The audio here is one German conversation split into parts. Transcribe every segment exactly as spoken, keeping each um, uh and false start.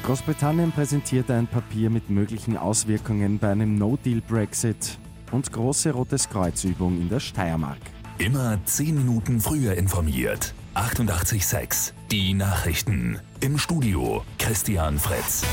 Großbritannien präsentiert ein Papier mit möglichen Auswirkungen bei einem No-Deal-Brexit und große Rotes Kreuz-Übung in der Steiermark. Immer zehn Minuten früher informiert. achtundachtzig Komma sechs. Die Nachrichten. Im Studio Christian Fritz.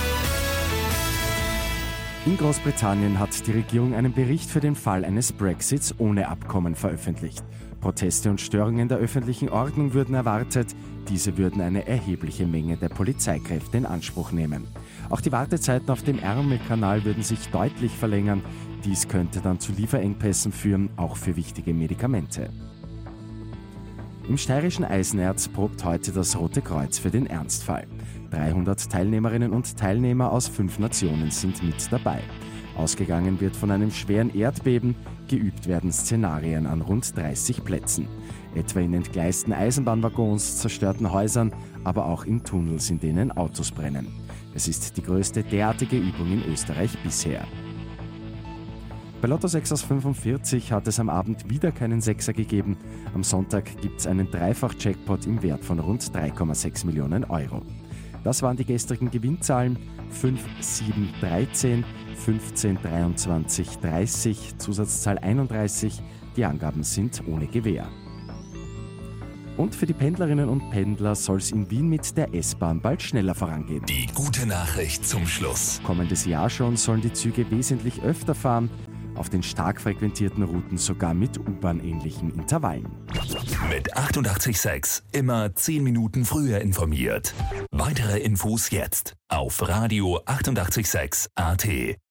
In Großbritannien hat die Regierung einen Bericht für den Fall eines Brexits ohne Abkommen veröffentlicht. Proteste und Störungen der öffentlichen Ordnung würden erwartet. Diese würden eine erhebliche Menge der Polizeikräfte in Anspruch nehmen. Auch die Wartezeiten auf dem Ärmelkanal würden sich deutlich verlängern. Dies könnte dann zu Lieferengpässen führen, auch für wichtige Medikamente. Im steirischen Eisenerz probt heute das Rote Kreuz für den Ernstfall. dreihundert Teilnehmerinnen und Teilnehmer aus fünf Nationen sind mit dabei. Ausgegangen wird von einem schweren Erdbeben, geübt werden Szenarien an rund dreißig Plätzen. Etwa in entgleisten Eisenbahnwaggons, zerstörten Häusern, aber auch in Tunnels, in denen Autos brennen. Es ist die größte derartige Übung in Österreich bisher. Bei Lotto sechs aus fünfundvierzig hat es am Abend wieder keinen Sechser gegeben. Am Sonntag gibt es einen Dreifach-Jackpot im Wert von rund drei Komma sechs Millionen Euro. Das waren die gestrigen Gewinnzahlen: fünf, sieben, dreizehn, fünfzehn, dreiundzwanzig, dreißig, Zusatzzahl einunddreißig. Die Angaben sind ohne Gewähr. Und für die Pendlerinnen und Pendler soll es in Wien mit der S-Bahn bald schneller vorangehen. Die gute Nachricht zum Schluss. Kommendes Jahr schon sollen die Züge wesentlich öfter fahren, auf den stark frequentierten Routen sogar mit U-Bahn-ähnlichen Intervallen. Mit achtundachtzig Komma sechs immer zehn Minuten früher informiert. Weitere Infos jetzt auf Radio achtundachtzig Komma sechs A T.